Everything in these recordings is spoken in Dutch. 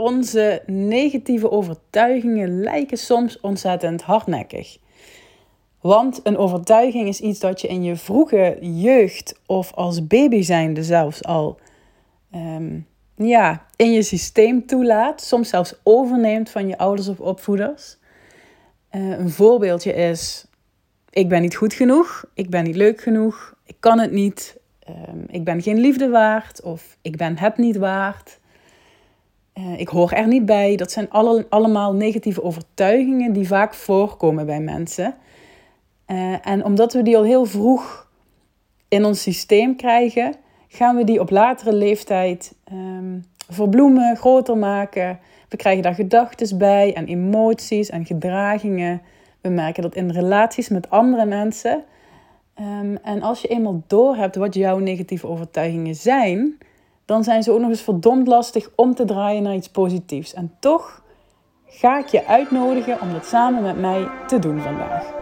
onze negatieve overtuigingen lijken soms ontzettend hardnekkig. Want een overtuiging is iets dat je in je vroege jeugd of als baby zijnde zelfs al in je systeem toelaat. Soms zelfs overneemt van je ouders of opvoeders. Een voorbeeldje is: ik ben niet goed genoeg, ik ben niet leuk genoeg, ik kan het niet, ik ben geen liefde waard of ik ben het niet waard. Ik hoor er niet bij. Dat zijn allemaal negatieve overtuigingen die vaak voorkomen bij mensen. En omdat we die al heel vroeg in ons systeem krijgen, gaan we die op latere leeftijd verbloemen, groter maken. We krijgen daar gedachten bij en emoties en gedragingen. We merken dat in relaties met andere mensen. En als je eenmaal doorhebt wat jouw negatieve overtuigingen zijn, dan zijn ze ook nog eens verdomd lastig om te draaien naar iets positiefs. En toch ga ik je uitnodigen om dat samen met mij te doen vandaag.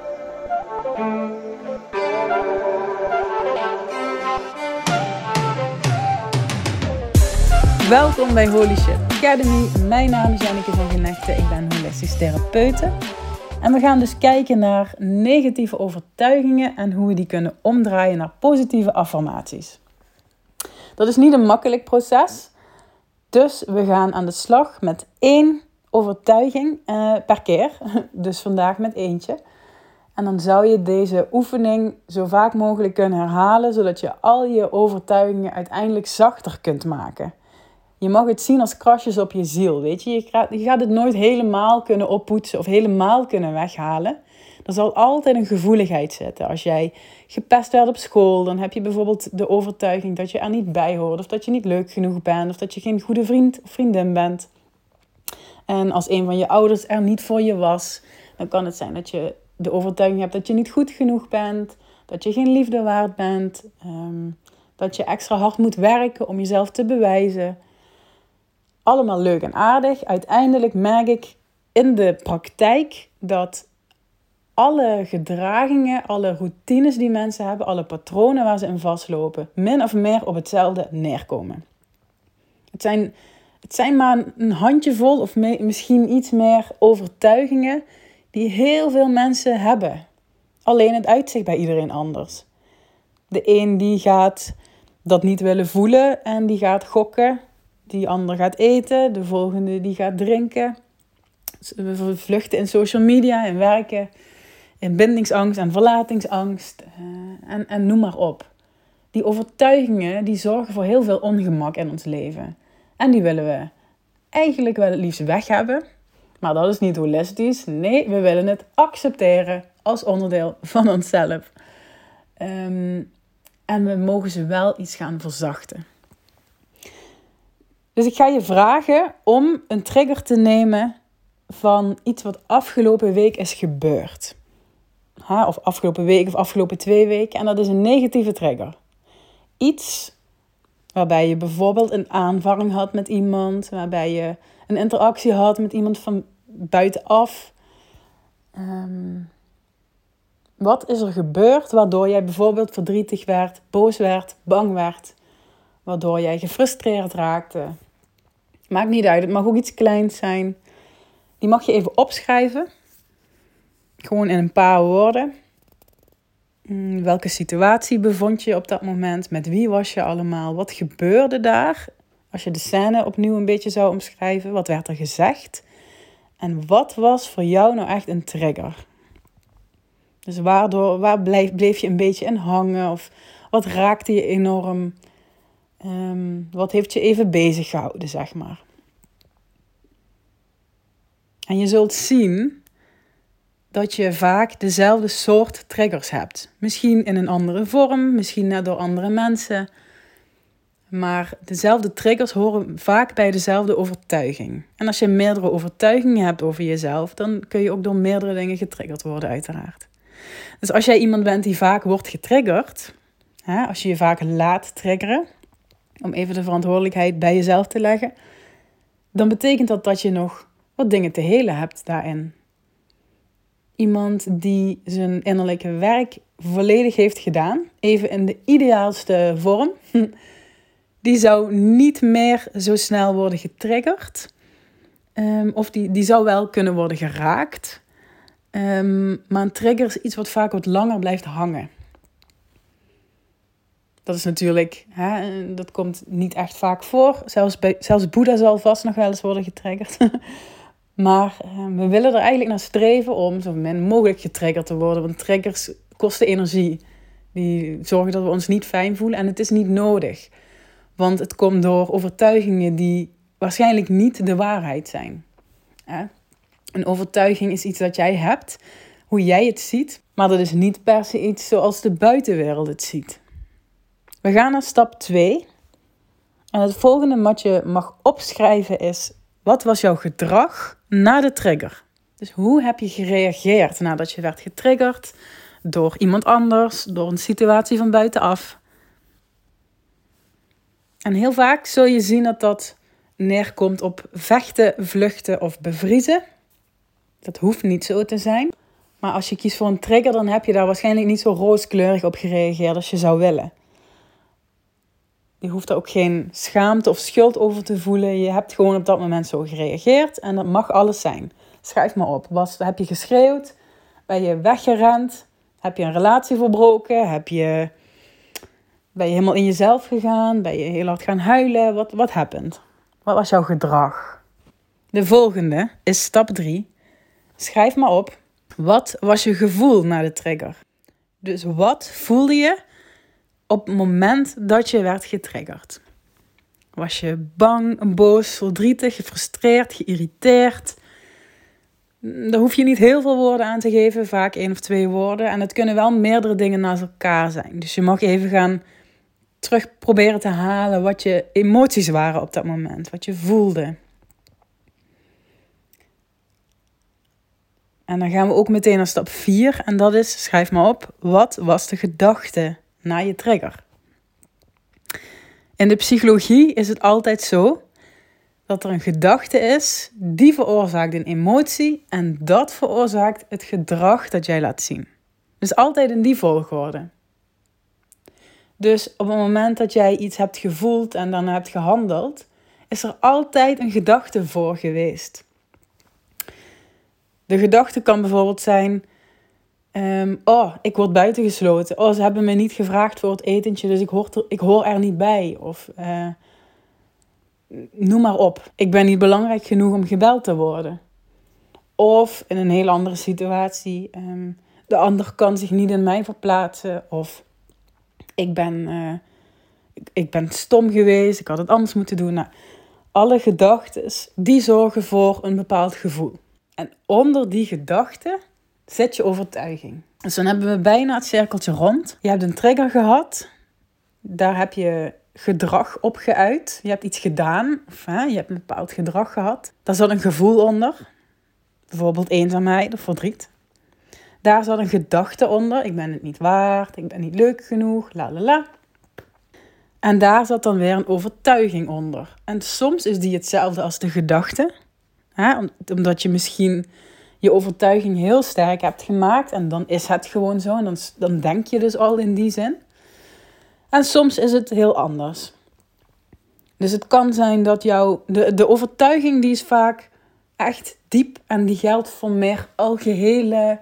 Welkom bij Holy Shit Academy. Mijn naam is Janneke van Genechten. Ik ben holistisch therapeute. En we gaan dus kijken naar negatieve overtuigingen en hoe we die kunnen omdraaien naar positieve affirmaties. Dat is niet een makkelijk proces. Dus we gaan aan de slag met 1 overtuiging per keer. Dus vandaag met eentje. En dan zou je deze oefening zo vaak mogelijk kunnen herhalen, zodat je al je overtuigingen uiteindelijk zachter kunt maken. Je mag het zien als krasjes op je ziel, weet je. Je gaat het nooit helemaal kunnen oppoetsen of helemaal kunnen weghalen. Er zal altijd een gevoeligheid zitten. Als jij gepest werd op school, dan heb je bijvoorbeeld de overtuiging dat je er niet bij hoort, of dat je niet leuk genoeg bent, of dat je geen goede vriend of vriendin bent. En als een van je ouders er niet voor je was, dan kan het zijn dat je de overtuiging hebt dat je niet goed genoeg bent, dat je geen liefde waard bent, dat je extra hard moet werken om jezelf te bewijzen. Allemaal leuk en aardig. Uiteindelijk merk ik in de praktijk dat alle gedragingen, alle routines die mensen hebben, alle patronen waar ze in vastlopen, min of meer op hetzelfde neerkomen. Het zijn maar een handjevol of misschien iets meer overtuigingen die heel veel mensen hebben. Alleen het uitzicht bij iedereen anders. De een die gaat dat niet willen voelen en die gaat gokken. Die ander gaat eten, de volgende die gaat drinken. We vluchten in social media, in werken, in bindingsangst en verlatingsangst en noem maar op. Die overtuigingen die zorgen voor heel veel ongemak in ons leven. En die willen we eigenlijk wel het liefst weg hebben. Maar dat is niet holistisch. Nee, we willen het accepteren als onderdeel van onszelf. En we mogen ze wel iets gaan verzachten. Dus ik ga je vragen om een trigger te nemen van iets wat afgelopen week is gebeurd. Of afgelopen week of afgelopen 2 weken. En dat is een negatieve trigger. Iets waarbij je bijvoorbeeld een aanvaring had met iemand. Waarbij je een interactie had met iemand van buitenaf. Wat is er gebeurd waardoor jij bijvoorbeeld verdrietig werd, boos werd, bang werd. Waardoor jij gefrustreerd raakte. Maakt niet uit, het mag ook iets kleins zijn. Die mag je even opschrijven. Gewoon in een paar woorden. Welke situatie bevond je op dat moment? Met wie was je allemaal? Wat gebeurde daar? Als je de scène opnieuw een beetje zou omschrijven. Wat werd er gezegd? En wat was voor jou nou echt een trigger? Dus waar bleef je een beetje in hangen? Of wat raakte je enorm? Wat heeft je even bezig gehouden, zeg maar. En je zult zien dat je vaak dezelfde soort triggers hebt. Misschien in een andere vorm, misschien net door andere mensen. Maar dezelfde triggers horen vaak bij dezelfde overtuiging. En als je meerdere overtuigingen hebt over jezelf, dan kun je ook door meerdere dingen getriggerd worden, uiteraard. Dus als jij iemand bent die vaak wordt getriggerd, als je je vaak laat triggeren, om even de verantwoordelijkheid bij jezelf te leggen, dan betekent dat je nog wat dingen te helen hebt daarin. Iemand die zijn innerlijke werk volledig heeft gedaan, even in de ideaalste vorm, die zou niet meer zo snel worden getriggerd Of die zou wel kunnen worden geraakt. Maar een trigger is iets wat vaak wat langer blijft hangen. Dat is natuurlijk, dat komt niet echt vaak voor. Zelfs Boeddha zal vast nog wel eens worden getriggerd. Maar we willen er eigenlijk naar streven om zo min mogelijk getriggerd te worden. Want triggers kosten energie. Die zorgen dat we ons niet fijn voelen. En het is niet nodig. Want het komt door overtuigingen die waarschijnlijk niet de waarheid zijn. Een overtuiging is iets dat jij hebt. Hoe jij het ziet. Maar dat is niet per se iets zoals de buitenwereld het ziet. We gaan naar stap 2. En het volgende wat je mag opschrijven is: wat was jouw gedrag na de trigger? Dus hoe heb je gereageerd nadat je werd getriggerd door iemand anders, door een situatie van buitenaf? En heel vaak zul je zien dat dat neerkomt op vechten, vluchten of bevriezen. Dat hoeft niet zo te zijn. Maar als je kiest voor een trigger, dan heb je daar waarschijnlijk niet zo rooskleurig op gereageerd als je zou willen. Je hoeft er ook geen schaamte of schuld over te voelen. Je hebt gewoon op dat moment zo gereageerd. En dat mag alles zijn. Schrijf maar op. Heb je geschreeuwd? Ben je weggerend? Heb je een relatie verbroken? Ben je helemaal in jezelf gegaan? Ben je heel hard gaan huilen? Wat happened? Wat was jouw gedrag? De volgende is stap 3. Schrijf maar op. Wat was je gevoel na de trigger? Dus wat voelde je op het moment dat je werd getriggerd? Was je bang, boos, verdrietig, gefrustreerd, geïrriteerd? Daar hoef je niet heel veel woorden aan te geven, vaak 1 of 2 woorden. En het kunnen wel meerdere dingen naast elkaar zijn. Dus je mag even gaan terug proberen te halen wat je emoties waren op dat moment, wat je voelde. En dan gaan we ook meteen naar stap 4. En dat is, schrijf maar op, wat was de gedachte na je trigger? In de psychologie is het altijd zo dat er een gedachte is, die veroorzaakt een emotie en dat veroorzaakt het gedrag dat jij laat zien. Dus altijd in die volgorde. Dus op het moment dat jij iets hebt gevoeld en dan hebt gehandeld, is er altijd een gedachte voor geweest. De gedachte kan bijvoorbeeld zijn: ik word buitengesloten. Ze hebben me niet gevraagd voor het etentje, dus ik hoor er niet bij. Of noem maar op. Ik ben niet belangrijk genoeg om gebeld te worden. Of in een heel andere situatie: de ander kan zich niet in mij verplaatsen. Of ik ben stom geweest, ik had het anders moeten doen. Nou, alle gedachten die zorgen voor een bepaald gevoel. En onder die gedachte zet je overtuiging. Dus dan hebben we bijna het cirkeltje rond. Je hebt een trigger gehad. Daar heb je gedrag op geuit. Je hebt iets gedaan. Of je hebt een bepaald gedrag gehad. Daar zat een gevoel onder. Bijvoorbeeld eenzaamheid of verdriet. Daar zat een gedachte onder. Ik ben het niet waard. Ik ben niet leuk genoeg. La. En daar zat dan weer een overtuiging onder. En soms is die hetzelfde als de gedachte. Omdat je misschien je overtuiging heel sterk hebt gemaakt. En dan is het gewoon zo. En dan denk je dus al in die zin. En soms is het heel anders. Dus het kan zijn dat de overtuiging die is vaak echt diep. En die geldt voor meer algemene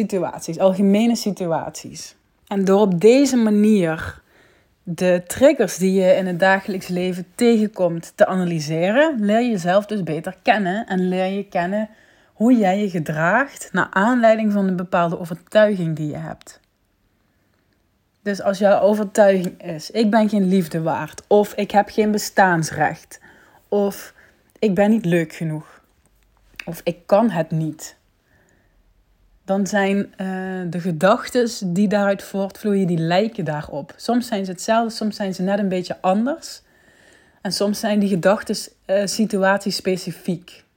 situaties. En door op deze manier de triggers die je in het dagelijks leven tegenkomt te analyseren, leer je jezelf dus beter kennen. En leer je kennen hoe jij je gedraagt naar aanleiding van een bepaalde overtuiging die je hebt. Dus als jouw overtuiging is: ik ben geen liefde waard. Of ik heb geen bestaansrecht. Of ik ben niet leuk genoeg. Of ik kan het niet. Dan zijn de gedachten die daaruit voortvloeien, die lijken daarop. Soms zijn ze hetzelfde, soms zijn ze net een beetje anders. En soms zijn die gedachten situatiespecifiek.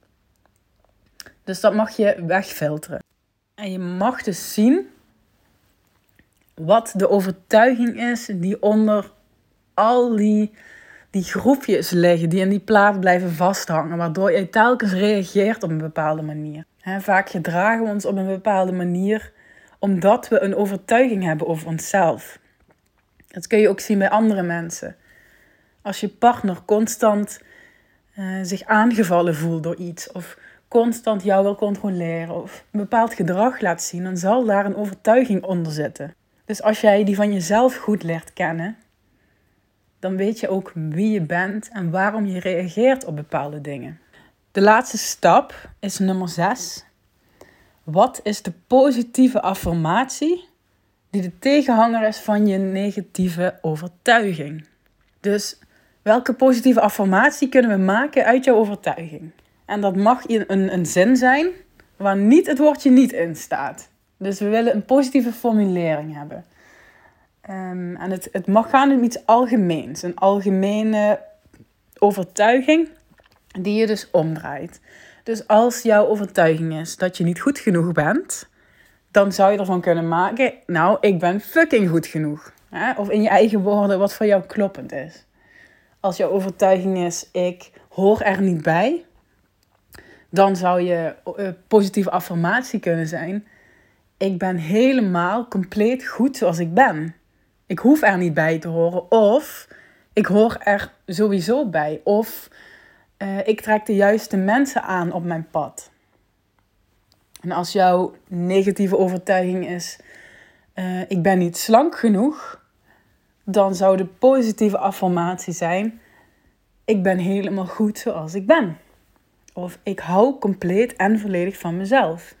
Dus dat mag je wegfilteren. En je mag dus zien wat de overtuiging is die onder al die groefjes liggen, die in die plaat blijven vasthangen, waardoor je telkens reageert op een bepaalde manier. Vaak gedragen we ons op een bepaalde manier omdat we een overtuiging hebben over onszelf. Dat kun je ook zien bij andere mensen. Als je partner constant zich aangevallen voelt door iets of constant jou wil controleren of een bepaald gedrag laat zien, dan zal daar een overtuiging onder zitten. Dus als jij die van jezelf goed leert kennen, dan weet je ook wie je bent en waarom je reageert op bepaalde dingen. De laatste stap is nummer 6. Wat is de positieve affirmatie die de tegenhanger is van je negatieve overtuiging? Dus welke positieve affirmatie kunnen we maken uit jouw overtuiging? En dat mag een zin zijn waar niet het woordje niet in staat. Dus we willen een positieve formulering hebben. En het mag gaan om iets algemeens. Een algemene overtuiging die je dus omdraait. Dus als jouw overtuiging is dat je niet goed genoeg bent, dan zou je ervan kunnen maken, nou, ik ben fucking goed genoeg. Of in je eigen woorden wat voor jou kloppend is. Als jouw overtuiging is, ik hoor er niet bij, dan zou je positieve affirmatie kunnen zijn, ik ben helemaal compleet goed zoals ik ben. Ik hoef er niet bij te horen. Of ik hoor er sowieso bij. Of ik trek de juiste mensen aan op mijn pad. En als jouw negatieve overtuiging is, ik ben niet slank genoeg, dan zou de positieve affirmatie zijn, ik ben helemaal goed zoals ik ben. Of ik hou compleet en volledig van mezelf.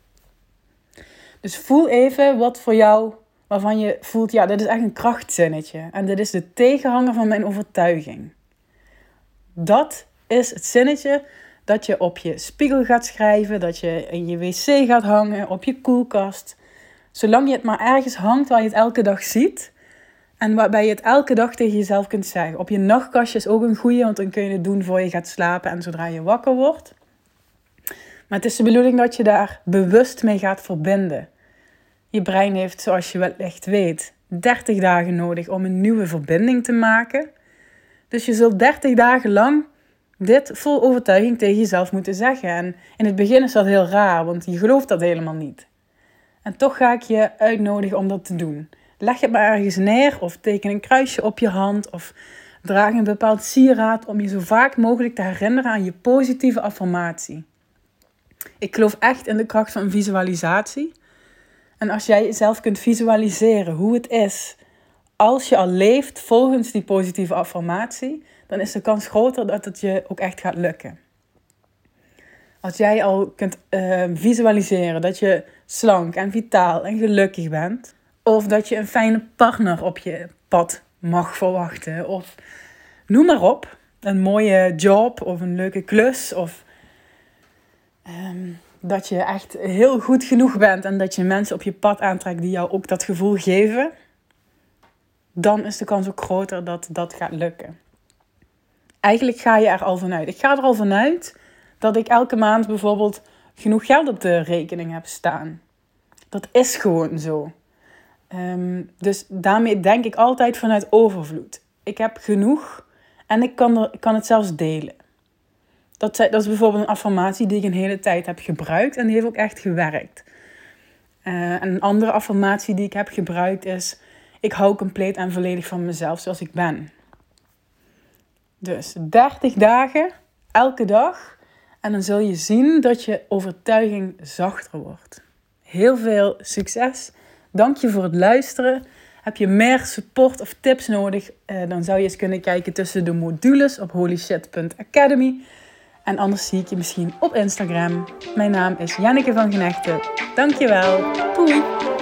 Dus voel even wat voor jou, waarvan je voelt, ja, dit is echt een krachtzinnetje. En dit is de tegenhanger van mijn overtuiging. Dat is het zinnetje dat je op je spiegel gaat schrijven, dat je in je wc gaat hangen, op je koelkast. Zolang je het maar ergens hangt waar je het elke dag ziet. En waarbij je het elke dag tegen jezelf kunt zeggen. Op je nachtkastje is ook een goeie, want dan kun je het doen voor je gaat slapen en zodra je wakker wordt. Maar het is de bedoeling dat je daar bewust mee gaat verbinden. Je brein heeft, zoals je wellicht weet, 30 dagen nodig om een nieuwe verbinding te maken. Dus je zult 30 dagen lang dit vol overtuiging tegen jezelf moeten zeggen. En in het begin is dat heel raar, want je gelooft dat helemaal niet. En toch ga ik je uitnodigen om dat te doen. Leg het maar ergens neer of teken een kruisje op je hand of draag een bepaald sieraad om je zo vaak mogelijk te herinneren aan je positieve affirmatie. Ik geloof echt in de kracht van visualisatie. En als jij jezelf kunt visualiseren hoe het is als je al leeft volgens die positieve affirmatie, dan is de kans groter dat het je ook echt gaat lukken. Als jij al kunt visualiseren dat je slank en vitaal en gelukkig bent, of dat je een fijne partner op je pad mag verwachten, of noem maar op, een mooie job of een leuke klus, of dat je echt heel goed genoeg bent en dat je mensen op je pad aantrekt die jou ook dat gevoel geven, dan is de kans ook groter dat dat gaat lukken. Eigenlijk ga je er al vanuit. Ik ga er al vanuit dat ik elke maand bijvoorbeeld genoeg geld op de rekening heb staan. Dat is gewoon zo. Dus daarmee denk ik altijd vanuit overvloed. Ik heb genoeg en ik kan het zelfs delen. Dat is bijvoorbeeld een affirmatie die ik een hele tijd heb gebruikt en die heeft ook echt gewerkt. En een andere affirmatie die ik heb gebruikt is, ik hou compleet en volledig van mezelf zoals ik ben. Dus 30 dagen, elke dag. En dan zul je zien dat je overtuiging zachter wordt. Heel veel succes. Dank je voor het luisteren. Heb je meer support of tips nodig? Dan zou je eens kunnen kijken tussen de modules op holyshit.academy. En anders zie ik je misschien op Instagram. Mijn naam is Janneke van Genechten. Dankjewel. Doei!